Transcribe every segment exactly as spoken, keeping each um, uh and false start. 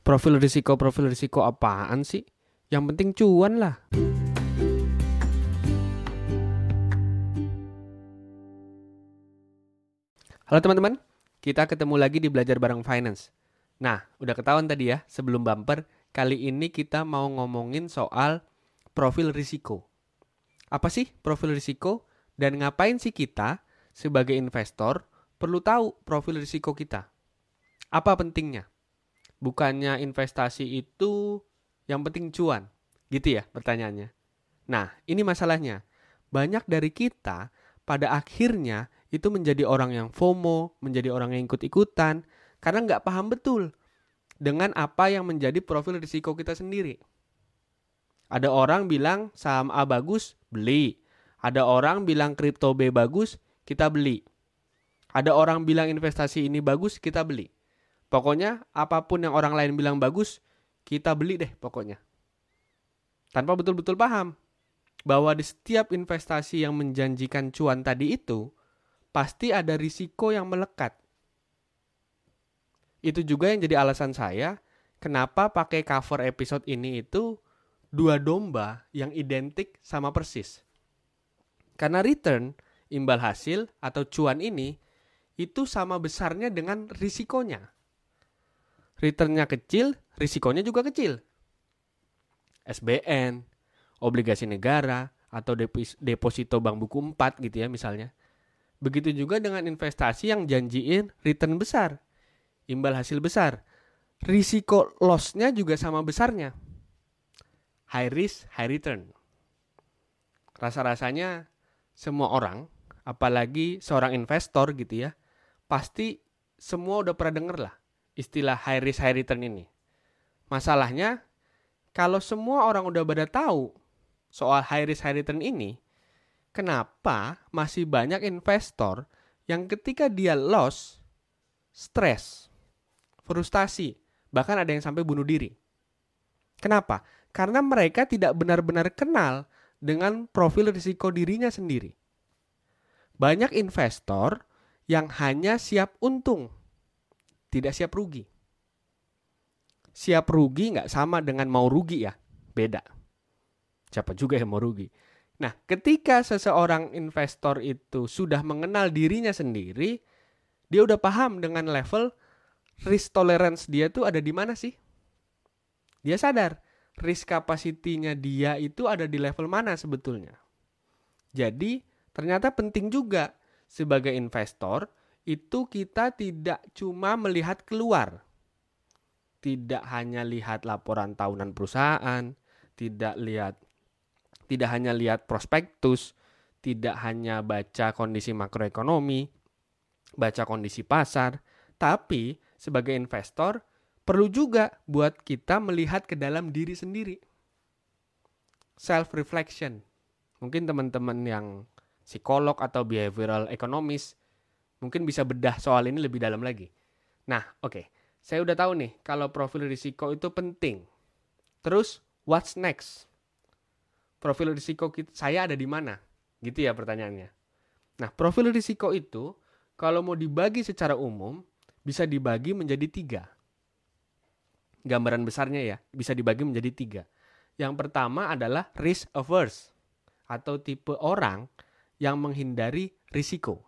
Profil risiko-profil risiko apaan sih? Yang penting cuan lah. Halo teman-teman, kita ketemu lagi di Belajar Bareng Finance. Nah, udah ketahuan tadi ya, sebelum bumper, kali ini kita mau ngomongin soal profil risiko. Apa sih profil risiko? Dan ngapain sih kita sebagai investor perlu tahu profil risiko kita? Apa pentingnya? Bukannya investasi itu yang penting cuan, gitu ya pertanyaannya. Nah, ini masalahnya. Banyak dari kita pada akhirnya itu menjadi orang yang FOMO, menjadi orang yang ikut-ikutan, karena nggak paham betul dengan apa yang menjadi profil risiko kita sendiri. Ada orang bilang saham A bagus, beli. Ada orang bilang kripto B bagus, kita beli. Ada orang bilang investasi ini bagus, kita beli. Pokoknya apapun yang orang lain bilang bagus, kita beli deh pokoknya. Tanpa betul-betul paham bahwa di setiap investasi yang menjanjikan cuan tadi itu, pasti ada risiko yang melekat. Itu juga yang jadi alasan saya, kenapa pakai cover episode ini itu dua domba yang identik sama persis. Karena return, imbal hasil atau cuan ini, itu sama besarnya dengan risikonya. Returnnya kecil, risikonya juga kecil. S B N, obligasi negara, atau deposito bank buku empat gitu ya misalnya. Begitu juga dengan investasi yang janjiin return besar, imbal hasil besar. Risiko loss-nya juga sama besarnya. High risk, high return. Rasa-rasanya semua orang, apalagi seorang investor gitu ya, pasti semua udah pernah denger lah istilah high risk, high return ini. Masalahnya, kalau semua orang udah pada tahu soal high risk, high return ini, kenapa masih banyak investor yang ketika dia loss, stres, frustasi, bahkan ada yang sampai bunuh diri? Kenapa? Karena mereka tidak benar-benar kenal dengan profil risiko dirinya sendiri. Banyak investor yang hanya siap untung, tidak siap rugi. Siap rugi nggak sama dengan mau rugi ya, beda. Siapa juga yang mau rugi? Nah, ketika seseorang investor itu sudah mengenal dirinya sendiri, dia udah paham dengan level risk tolerance dia tuh ada di mana sih? Dia sadar risk capacity-nya dia itu ada di level mana sebetulnya. Jadi, ternyata penting juga sebagai investor itu kita tidak cuma melihat keluar. Tidak hanya lihat laporan tahunan perusahaan, tidak lihat tidak hanya lihat prospektus, tidak hanya baca kondisi makroekonomi, baca kondisi pasar, tapi sebagai investor perlu juga buat kita melihat ke dalam diri sendiri. Self reflection. Mungkin teman-teman yang psikolog atau behavioral economist mungkin bisa bedah soal ini lebih dalam lagi. Nah, oke. Okay. Saya udah tahu nih kalau profil risiko itu penting. Terus, what's next? Profil risiko kita, saya ada di mana? Gitu ya pertanyaannya. Nah, profil risiko itu kalau mau dibagi secara umum bisa dibagi menjadi tiga. Gambaran besarnya ya, bisa dibagi menjadi tiga. Yang pertama adalah risk averse atau tipe orang yang menghindari risiko.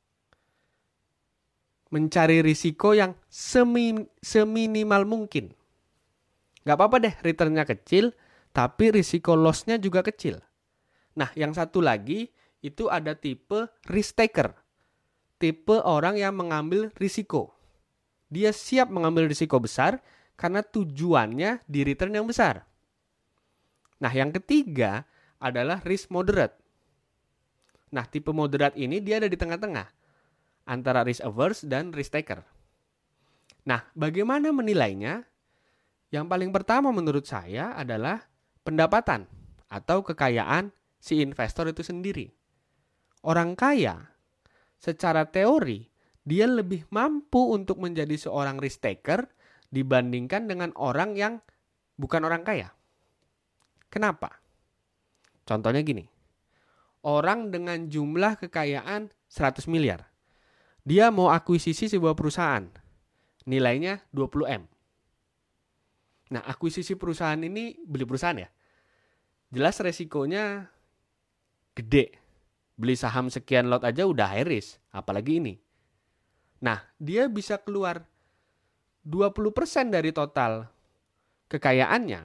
Mencari risiko yang semin, seminimal mungkin. Gak apa-apa deh returnnya kecil, tapi risiko loss-nya juga kecil. Nah, yang satu lagi itu ada tipe risk taker. Tipe orang yang mengambil risiko. Dia siap mengambil risiko besar karena tujuannya di return yang besar. Nah, yang ketiga adalah risk moderate. Nah, tipe moderate ini dia ada di tengah-tengah antara risk averse dan risk taker. Nah, bagaimana menilainya? Yang paling pertama menurut saya adalah pendapatan atau kekayaan si investor itu sendiri. Orang kaya, secara teori, dia lebih mampu untuk menjadi seorang risk taker dibandingkan dengan orang yang bukan orang kaya. Kenapa? Contohnya gini. Orang dengan jumlah kekayaan seratus miliar. Dia mau akuisisi sebuah perusahaan. Nilainya dua puluh M. Nah, akuisisi perusahaan ini, beli perusahaan ya, jelas resikonya gede. Beli saham sekian lot aja udah high risk, apalagi ini. Nah, dia bisa keluar dua puluh persen dari total kekayaannya,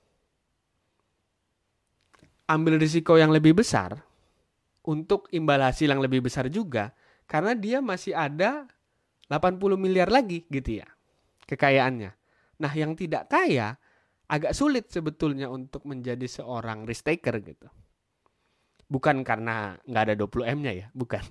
ambil risiko yang lebih besar untuk imbal hasil yang lebih besar juga, karena dia masih ada delapan puluh miliar lagi gitu ya kekayaannya. Nah, yang tidak kaya agak sulit sebetulnya untuk menjadi seorang risk taker gitu. Bukan karena nggak ada dua puluh M-nya ya, bukan.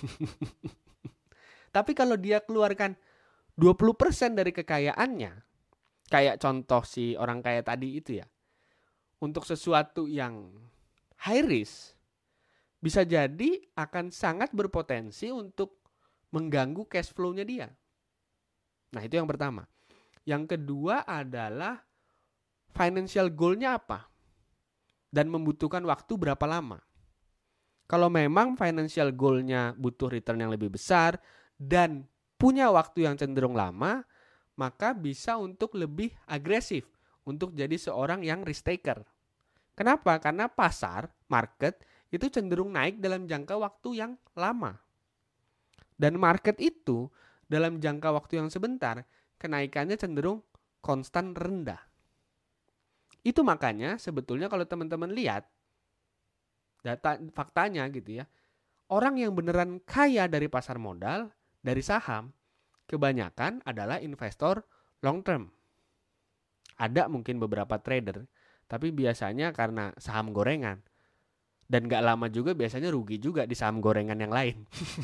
Tapi kalau dia keluarkan dua puluh persen dari kekayaannya, kayak contoh si orang kaya tadi itu ya, untuk sesuatu yang high risk, bisa jadi akan sangat berpotensi untuk mengganggu cash flow-nya dia. Nah, itu yang pertama. Yang kedua adalah financial goal-nya apa? Dan membutuhkan waktu berapa lama? Kalau memang financial goal-nya butuh return yang lebih besar dan punya waktu yang cenderung lama, maka bisa untuk lebih agresif untuk jadi seorang yang risk taker. Kenapa? Karena pasar, market itu cenderung naik dalam jangka waktu yang lama. Dan market itu dalam jangka waktu yang sebentar, kenaikannya cenderung konstan rendah. Itu makanya sebetulnya kalau teman-teman lihat data faktanya gitu ya, orang yang beneran kaya dari pasar modal, dari saham, kebanyakan adalah investor long term. Ada mungkin beberapa trader, tapi biasanya karena saham gorengan. Dan gak lama juga biasanya rugi juga di saham gorengan yang lain.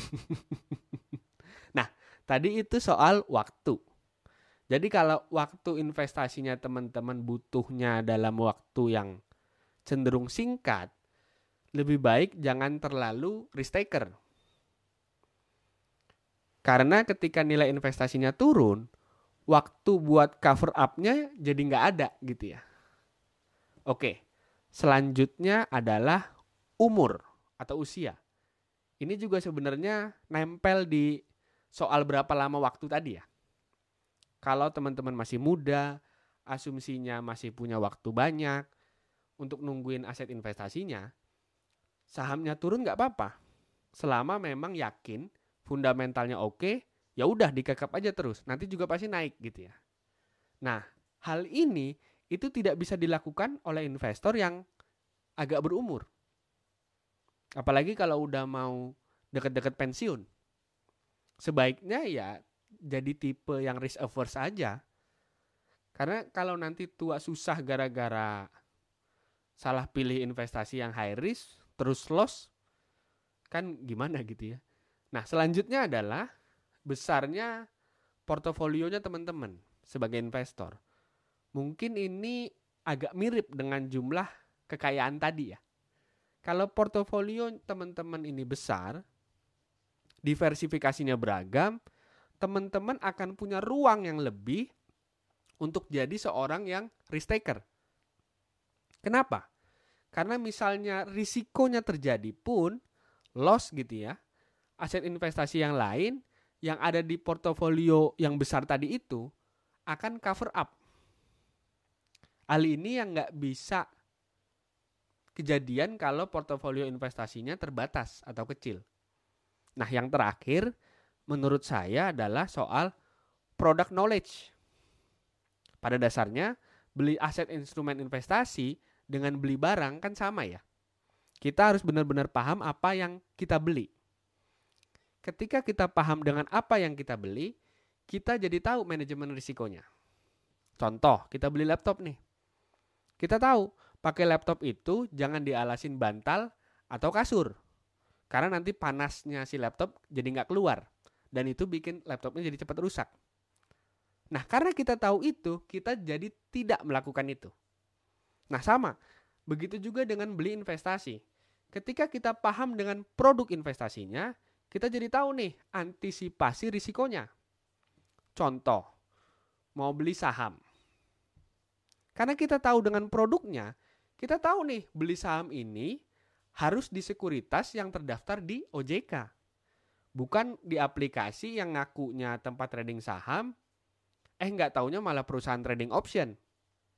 Nah, tadi itu soal waktu. Jadi kalau waktu investasinya teman-teman butuhnya dalam waktu yang cenderung singkat, lebih baik jangan terlalu risk taker. Karena ketika nilai investasinya turun, waktu buat cover up-nya jadi nggak ada gitu ya. Oke, selanjutnya adalah umur atau usia. Ini juga sebenarnya nempel di soal berapa lama waktu tadi ya. Kalau teman-teman masih muda, asumsinya masih punya waktu banyak untuk nungguin aset investasinya, sahamnya turun nggak apa-apa. Selama memang yakin fundamentalnya oke, ya udah dikekep aja terus. Nanti juga pasti naik gitu ya. Nah, hal ini itu tidak bisa dilakukan oleh investor yang agak berumur. Apalagi kalau udah mau deket-deket pensiun. Sebaiknya ya jadi tipe yang risk averse aja. Karena kalau nanti tua susah gara-gara salah pilih investasi yang high risk, terus loss, kan gimana gitu ya. Nah, selanjutnya adalah besarnya portofolionya teman-teman sebagai investor. Mungkin ini agak mirip dengan jumlah kekayaan tadi ya. Kalau portofolio teman-teman ini besar, diversifikasinya beragam, teman-teman akan punya ruang yang lebih untuk jadi seorang yang risk taker. Kenapa? Karena misalnya risikonya terjadi pun loss gitu ya, aset investasi yang lain yang ada di portofolio yang besar tadi itu akan cover up. Hal ini yang nggak bisa kejadian kalau portofolio investasinya terbatas atau kecil. Nah, yang terakhir menurut saya adalah soal product knowledge. Pada dasarnya beli aset instrumen investasi dengan beli barang kan sama ya. Kita harus benar-benar paham apa yang kita beli. Ketika kita paham dengan apa yang kita beli, kita jadi tahu manajemen risikonya. Contoh, kita beli laptop nih. Kita tahu pakai laptop itu jangan dialasin bantal atau kasur. Karena nanti panasnya si laptop jadi nggak keluar. Dan itu bikin laptopnya jadi cepat rusak. Nah, karena kita tahu itu, kita jadi tidak melakukan itu. Nah, sama. Begitu juga dengan beli investasi. Ketika kita paham dengan produk investasinya, kita jadi tahu nih antisipasi risikonya. Contoh, mau beli saham. Karena kita tahu dengan produknya, kita tahu nih beli saham ini harus di sekuritas yang terdaftar di O J K. Bukan di aplikasi yang ngakunya tempat trading saham, eh nggak taunya malah perusahaan trading option.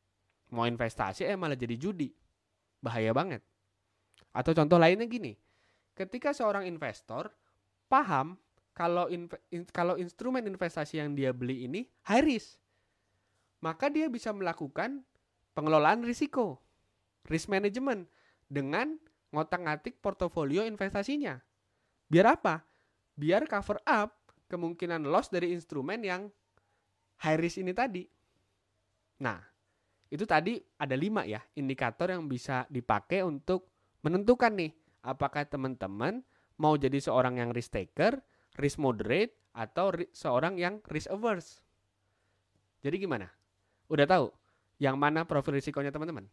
Mau investasi eh malah jadi judi. Bahaya banget. Atau contoh lainnya gini. Ketika seorang investor paham kalau inv- in- kalau instrumen investasi yang dia beli ini high risk, maka dia bisa melakukan pengelolaan risiko, risk management, dengan ngotak-ngatik portofolio investasinya. Biar apa? Biar cover up kemungkinan loss dari instrumen yang high risk ini tadi. Nah, itu tadi ada lima ya indikator yang bisa dipakai untuk menentukan nih apakah teman-teman mau jadi seorang yang risk taker, risk moderate, atau ri- seorang yang risk averse. Jadi gimana? Udah tahu yang mana profil risikonya teman-teman?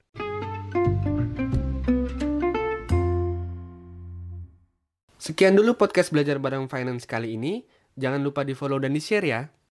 Sekian dulu podcast belajar bareng finance kali ini. Jangan lupa di follow dan di share ya.